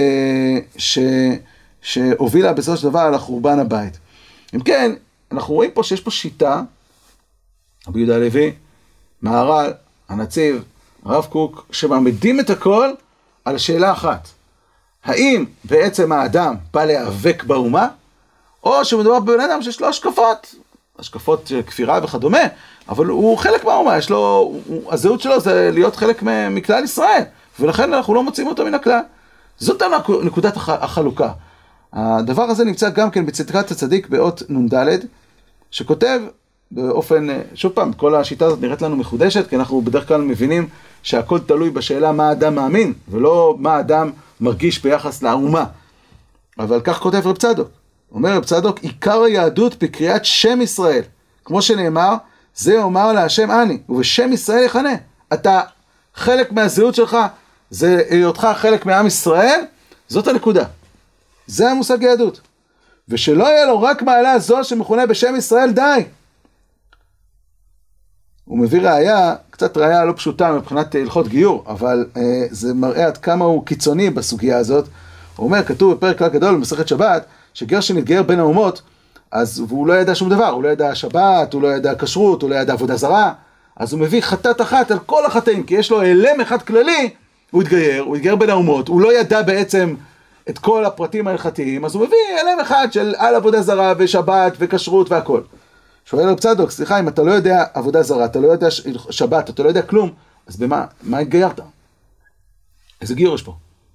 שהובילה בסופו של דבר לחורבן הבית. אם כן, אנחנו רואים פה שיש פה שיטה, רבי יהודה הלוי, מהר"ל, הנציב, הרב קוק, שמעמידים את הכל על שאלה אחת. האם בעצם האדם בא להיאבק באומה, או שמדובר בבן אדם שיש לו השקפות כפירה וכדומה, אבל הוא חלק מהאומה, יש לו, הזהות שלו זה להיות חלק מכלל ישראל, ולכן אנחנו לא מוצאים אותו מן הכלל. זאת נקודת החלוקה. הדבר הזה נמצא גם כן בצדקת הצדיק באות נ"ד, שכותב באופן, שוב פעם, כל השיטה הזאת נראית לנו מחודשת, כי אנחנו בדרך כלל מבינים שהכל תלוי בשאלה מה האדם מאמין, ולא מה האדם מרגיש ביחס לאומה. אבל כך כותב רב צדוק. אומר רב צדוק, עיקר היהדות בקריאת שם ישראל. כמו שנאמר, זה יאמר להשם אני, ובשם ישראל יכנה. אתה חלק מהזהות שלך, זה היותך חלק מעם ישראל, זאת הנקודה. זה המושג יהדות. ושלא יהיה לו רק מעלה זו שמכונה בשם ישראל די. הוא מביא ראיה, קצת ראיה לא פשוטה מבחינת הלכות גיור, אבל זה מראה עד כמה הוא קיצוני בסוגיה הזאת. הוא אומר, כתוב בפרק כלל גדול במסכת שבת, שגר שנתגייר בין האומות, והוא לא ידע שום דבר, הוא לא ידע שבת, הוא לא ידע כשרות, הוא לא ידע עבודה זרה, אז הוא מביא חטאת אחת על כל החטאים, כי יש לו אלם אחד כללי, הוא התגייר בין האומות, הוא לא ידע בעצם את כל הפרטים ההלכתיים, אז הוא מביא אלם אחד של על עבודה זרה ושבת וכשרות והכל. שואל רב צדוק, סליחה, אם אתה לא יודע עבודה זרה, אתה לא יודע שבת, אתה לא יודע כלום, אז מה התגיירת? איזה גיור יש פה?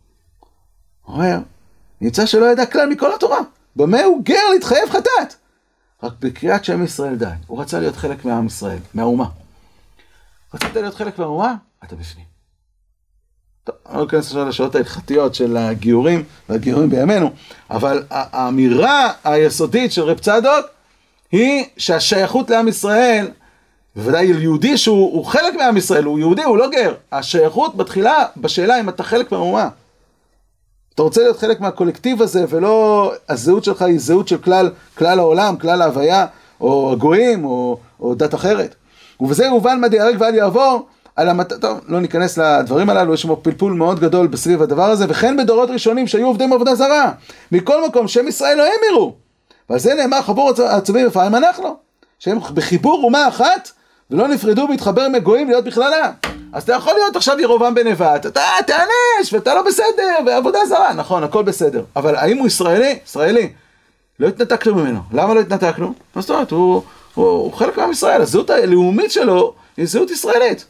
הוא אומר, נמצא שלא ידע כלל מכל התורה. במה הוא גר להתחייב חטאת? רק בקריאת שם ישראל די. הוא רצה להיות חלק מהעם ישראל, מהאומה. רצית להיות חלק מהאומה? אתה בפנים. טוב, אני לא אכנס עכשיו לשאלות ההלכתיות של הגיורים והגיורים בימינו, אבל האמירה היסודית של רב צדוק היא שהשייכות לעם ישראל, בוודאי יהודי שהוא חלק מהעם ישראל, הוא יהודי, הוא לא גר. השייכות מתחילה בשאלה אם אתה חלק מהאומה. אתה רוצה להיות חלק מהקולקטיב הזה, ולא הזהות שלך היא זהות של כלל העולם, כלל ההוויה, או הגויים, או דת אחרת. ובזה יובן מה דיהרג ואל יעבור, טוב, לא ניכנס לדברים הללו, יש שם פלפול מאוד גדול בסביב הדבר הזה, וכן בדורות ראשונים שהיו עובדים עבודה זרה. מכל מקום, שם ישראל לא המירו. ועל זה נאמר חבור עצובים ופעמים אנחנו, שהם בחיבור אומה אחת, ולא נפרדו והתחבר עם הגויים להיות בכללה. אז אתה יכול להיות עכשיו ירובעם בן נבט, אתה תענש, ואתה לא בסדר, ועבודה זרה, נכון, הכל בסדר. אבל האם הוא ישראלי? לא התנתקנו ממנו. למה לא התנתקנו? זאת אומרת, הוא חלק מעם ישראל, הזהות הלאומית שלו היא זהות ישראלית.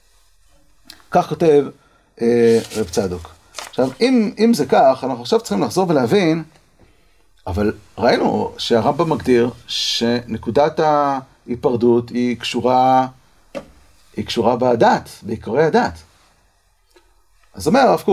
כך כותב רב צדוק. עכשיו, אם זה כך, אנחנו עכשיו צריכים לחזור ולהבין, אבל ראינו שהרמב"ם מגדיר שנקודת ההיפרדות היא קשורה בדת, בעיקרי הדת. אז אומר הרב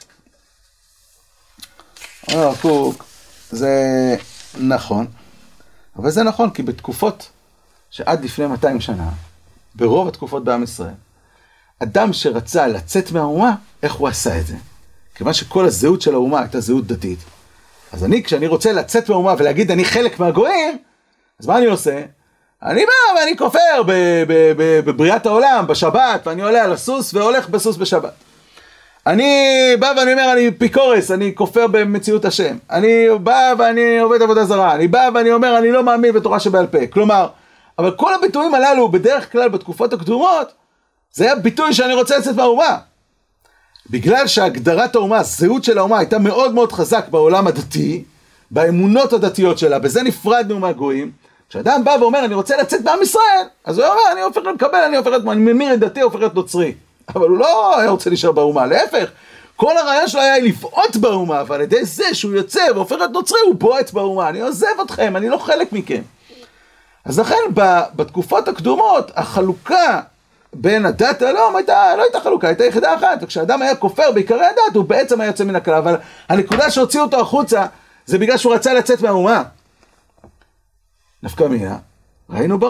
קוק, זה נכון, אבל זה נכון כי בתקופות שעד לפני 200 שנה, ברוב התקופות בעם ישראל, אדם שרצה לצאת מהאומה, איך הוא עשה את זה? כיוון שכל הזהות של האומה הייתה זהות דתית, אז כשאני רוצה לצאת מהאומה ולהגיד אני חלק מהגויים, אז מה אני עושה? אני בא ואני כופר בבריאת העולם, בשבת, ואני עולה על הסוס והולך בסוס בשבת. אני בא ואני אומר, אני פיקורס, אני כופר במציאות השם. אני בא ואני עובד עבודה זרה. אני בא ואני אומר, אני לא מאמין בתורה שבעל פה. כלומר, אבל כל הביטויים הללו, בדרך כלל בתקופות הקדומות, זה היה ביטוי שאני רוצה לצאת מהאומה. בגלל שהגדרת האומה, הזהות של האומה, הייתה מאוד מאוד חזק בעולם הדתי, באמונות הדתיות שלה, בזה נפרדנו מהגויים. כשאדם בא ואומר, אני רוצה לצאת מעם ישראל, אז הוא אומר, אני הופך לקבל, אני ממיר את דתי, הופך להיות נוצרי. אבל הוא לא היה רוצה להישאר באומה, להפך. כל הרעיון שלו היה לבעוט באומה, ועל ידי זה שהוא יוצא והופך להיות נוצרי, הוא בועט באומה. אני עוזב אתכם, אני לא חלק מכם. אז לכן, בתקופות הקדומות, החלוקה בין הדת ללאום לא הייתה חלוקה, הייתה יחידה אחת. וכשאדם היה כופר בעיקרי הדת, הוא בעצם היה יוצא מן הכלל. אבל הנקודה שהוציאו אותו החוצה, זה בגלל שהוא רצה לצאת מהאומה. נפקא מינה, ראינו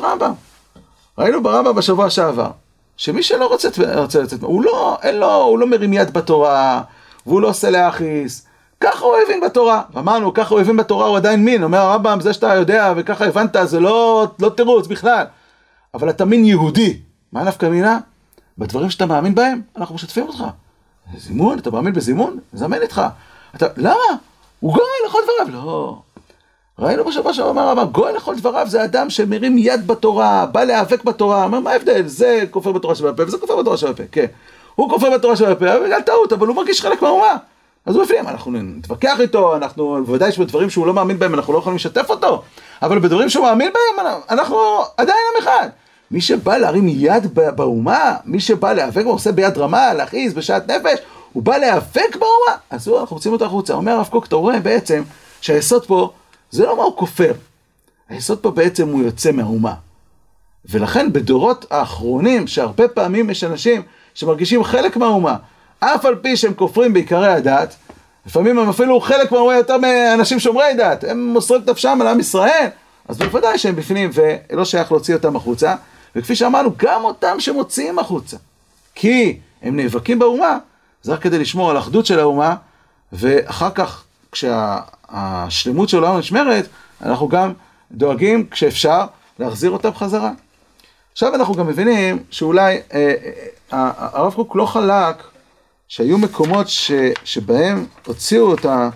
ברמב"ם בשבוע שעבר, שמי שלא רוצה לצאת, הוא לא מרים יד בתורה, והוא לא עושה להכיס, ככה הוא הבין בתורה. ואמרנו, ככה הוא הבין בתורה, הוא עדיין מין, אומר הרמב"ם, זה שאתה יודע, וככה הבנת, זה לא תירוץ בכלל. אבל אתה מין יהודי. מה נפקא מינה? בדברים שאתה מאמין בהם, אנחנו משתפים אותך. זימון, אתה מאמין בזימון? זמן איתך. למה? הוא גוי לכל דבריו. לא. ראינו בשבוע שאומר הרמב"ם, גוי לכל דבריו זה אדם שמרים יד בתורה, בא להיאבק בתורה, אומר מה ההבדל? זה כופר בתורה שבעל פה וזה כופר בתורה שבעל פה, כן. הוא כופר בתורה שבעל פה, בגלל טעות, אבל הוא מרגיש חלק מהאומה. אז הוא בפנים, אנחנו נתווכח איתו, אנחנו בוודאי שבדברים שהוא לא מאמין בהם, אנחנו לא יכולים לשתף אותו, אבל בדברים שהוא מאמין בהם, אנחנו עדיין עם אחד. מי שבא להרים יד באומה, מי שבא להיאבק, הוא עושה ביד רמה, להכעיס, בשעת נפש, הוא בא להיאבק באומה, אז אנחנו רוצים אותו החוצה. אומר הרב קוק, אתה רואה בעצם שהיסוד פה זה לא מה הוא כופר, היסוד פה בעצם הוא יוצא מהאומה. ולכן בדורות האחרונים, שהרבה פעמים יש אנשים שמרגישים חלק מהאומה, אף על פי שהם כופרים בעיקרי הדת, לפעמים הם אפילו חלק מהאומה יותר מאנשים שומרי דת, הם מוסרים את נפשם על עם ישראל, אז בוודאי שהם בפנים ולא שייך להוציא אותם החוצה, וכפי שאמרנו, גם אותם שמוציאים החוצה, כי הם נאבקים באומה, זה רק כדי לשמור על האחדות של האומה, ואחר כך, השלמות של העולם נשמרת, אנחנו גם דואגים כשאפשר להחזיר אותה בחזרה. עכשיו אנחנו גם מבינים שאולי הרב קוק לא חלק שהיו מקומות שבהם הוציאו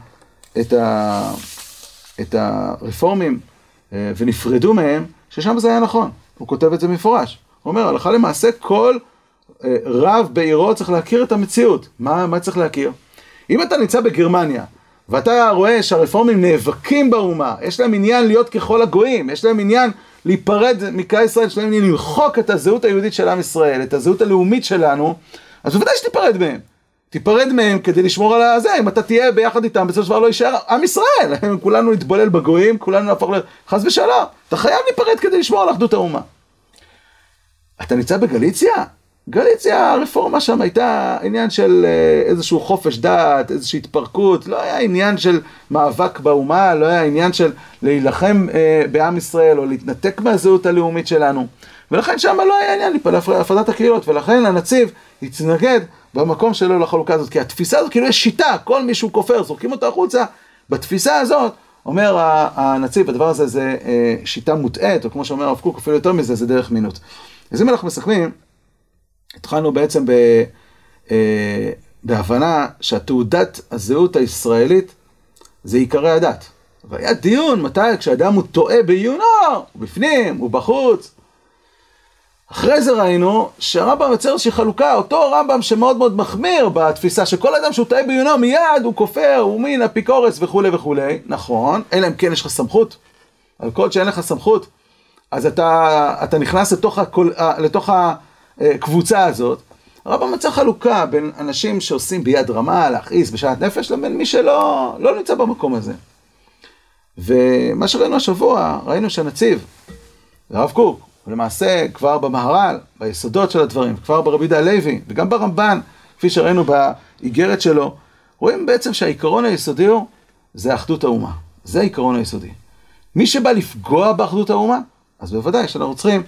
את הרפורמים ונפרדו מהם, ששם זה היה נכון. הוא כותב את זה מפורש. הוא אומר, הלכה למעשה כל רב בעירו צריך להכיר את המציאות. מה צריך להכיר? אם אתה נמצא בגרמניה, ואתה רואה שהרפורמים נאבקים באומה, יש להם עניין להיות ככל הגויים, יש להם עניין להיפרד מכלל ישראל, יש להם עניין למחוק את הזהות היהודית של עם ישראל, את הזהות הלאומית שלנו, אז בוודאי שתיפרד מהם. תיפרד מהם כדי לשמור על הזה, אם אתה תהיה ביחד איתם, בסופו של דבר לא יישאר עם ישראל, כולנו נתבולל בגויים, כולנו נהפוך חס ושלום, אתה חייב להיפרד כדי לשמור על אחדות האומה. אתה נמצא בגליציה? גליציה, הרפורמה שם הייתה עניין של איזשהו חופש דת, איזושהי התפרקות, לא היה עניין של מאבק באומה, לא היה עניין של להילחם בעם ישראל או להתנתק מהזהות הלאומית שלנו. ולכן שם לא היה עניין להפרדת הקהילות, ולכן הנציב התנגד במקום שלו לחלוקה הזאת, כי התפיסה הזאת כאילו יש שיטה, כל מישהו כופר, זורקים אותו החוצה, בתפיסה הזאת, אומר הנציב, הדבר הזה זה שיטה מוטעת, או כמו שאומר הרב קוק, אפילו יותר מזה, זה דרך מינות. אז אם אנחנו מסכמים, התחלנו בעצם בהבנה שהתעודת הזהות הישראלית זה עיקרי הדת. והיה דיון מתי כשאדם הוא טועה בעיונו, הוא בפנים, הוא בחוץ. אחרי זה ראינו שהרמב"ם יוצר איזושהי חלוקה, אותו רמב"ם שמאוד מאוד מחמיר בתפיסה שכל אדם שהוא טועה בעיונו מיד הוא כופר, הוא מין אפיקורס וכו' וכו'. נכון, אלא אם כן יש לך סמכות. על כל שאין לך סמכות, אז אתה נכנס לתוך הקבוצה הזאת. הרמב"ם מצא חלוקה בין אנשים שעושים ביד רמה להכעיס בשעת נפש, לבין מי שלא נמצא במקום הזה. ומה שראינו השבוע, ראינו שהנציב, הרב קוק, ולמעשה כבר במהר"ל, ביסודות של הדברים, כבר ברבי יהודה הלוי, וגם ברמב"ן, כפי שראינו באיגרת שלו, רואים בעצם שהעיקרון היסודי הוא, זה אחדות האומה. זה העיקרון היסודי. מי שבא לפגוע באחדות האומה, אז בוודאי שאנחנו צריכים,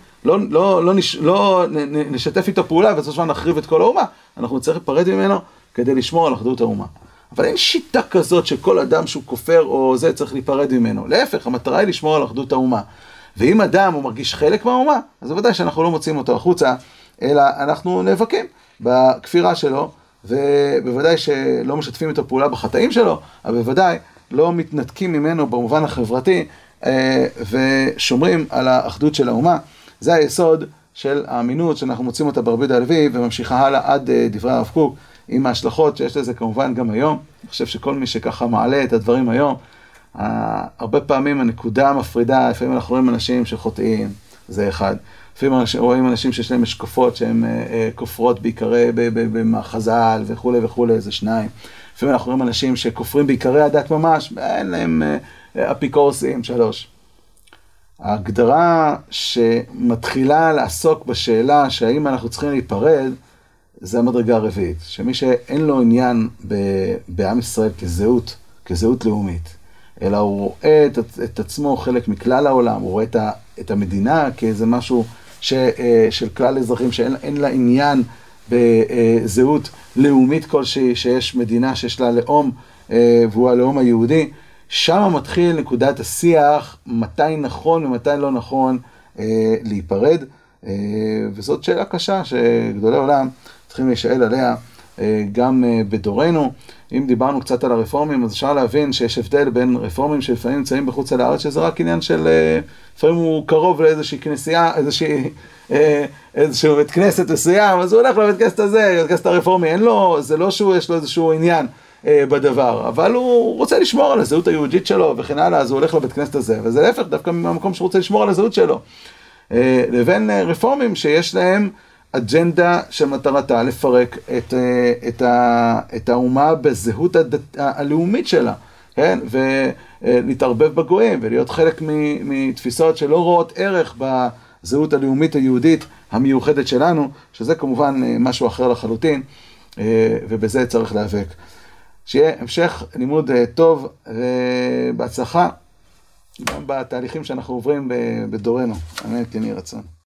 לא נשתף איתו פעולה, ובסופו של דבר נחריב את כל האומה, אנחנו צריכים להיפרד ממנו כדי לשמור על אחדות האומה. אבל אין שיטה כזאת שכל אדם שהוא כופר או זה צריך להיפרד ממנו. להפך, המטרה היא לשמור על אחדות האומה. ואם אדם הוא מרגיש חלק מהאומה, אז בוודאי שאנחנו לא מוצאים אותו החוצה, אלא אנחנו נאבקים בכפירה שלו, ובוודאי שלא משתפים איתו פעולה בחטאים שלו, אבל בוודאי לא מתנתקים ממנו במובן החברתי, ושומרים על האחדות של האומה. זה היסוד של האמינות שאנחנו מוצאים אותה ברבי יהודה הלוי, וממשיכה הלאה עד דברי הרב קוק, עם ההשלכות שיש לזה כמובן גם היום. אני חושב שכל מי שככה מעלה את הדברים היום, הרבה פעמים הנקודה המפרידה, לפעמים אנחנו רואים אנשים שחוטאים, זה אחד. לפעמים רואים אנשים שיש להם משקופות שהן כופרות בעיקרי, בחז"ל וכו' וכו', זה שניים. לפעמים אנחנו רואים אנשים שכופרים בעיקרי הדת ממש, אין להם אפיקורסים, 3. ההגדרה שמתחילה לעסוק בשאלה שהאם אנחנו צריכים להיפרד, זה המדרגה הרביעית. שמי שאין לו עניין בעם ישראל כזהות לאומית, אלא הוא רואה את עצמו חלק מכלל העולם, הוא רואה את המדינה כאיזה משהו של כלל אזרחים שאין לה עניין בזהות לאומית כלשהי, שיש מדינה שיש לה לאום, והוא הלאום היהודי. שם מתחיל נקודת השיח, מתי נכון ומתי לא נכון להיפרד, וזאת שאלה קשה שגדולי עולם צריכים להישאל עליה גם בדורנו. אם דיברנו קצת על הרפורמים, אז אפשר להבין שיש הבדל בין רפורמים שלפעמים נמצאים בחוץ על הארץ, שזה רק עניין של, לפעמים הוא קרוב לאיזושהי כנסייה, איזשהו בית כנסת מסוים, אז הוא הולך לבית כנסת הזה, בית כנסת הרפורמי, זה לא שיש לו איזשהו עניין בדבר, אבל הוא רוצה לשמור על הזהות היהודית שלו וכן הלאה, אז הוא הולך לבית כנסת הזה, וזה להפך דווקא מהמקום שהוא רוצה לשמור על הזהות שלו. לבין רפורמים שיש להם אג'נדה שמטרתה לפרק את האומה בזהות הלאומית שלה, כן? ולהתערבב בגויים ולהיות חלק מתפיסות שלא רואות ערך בזהות הלאומית היהודית המיוחדת שלנו, שזה כמובן משהו אחר לחלוטין, ובזה צריך להיאבק. שיהיה המשך לימוד טוב ובהצלחה גם בתהליכים שאנחנו עוברים בדורנו. אמן כן יהי רצון.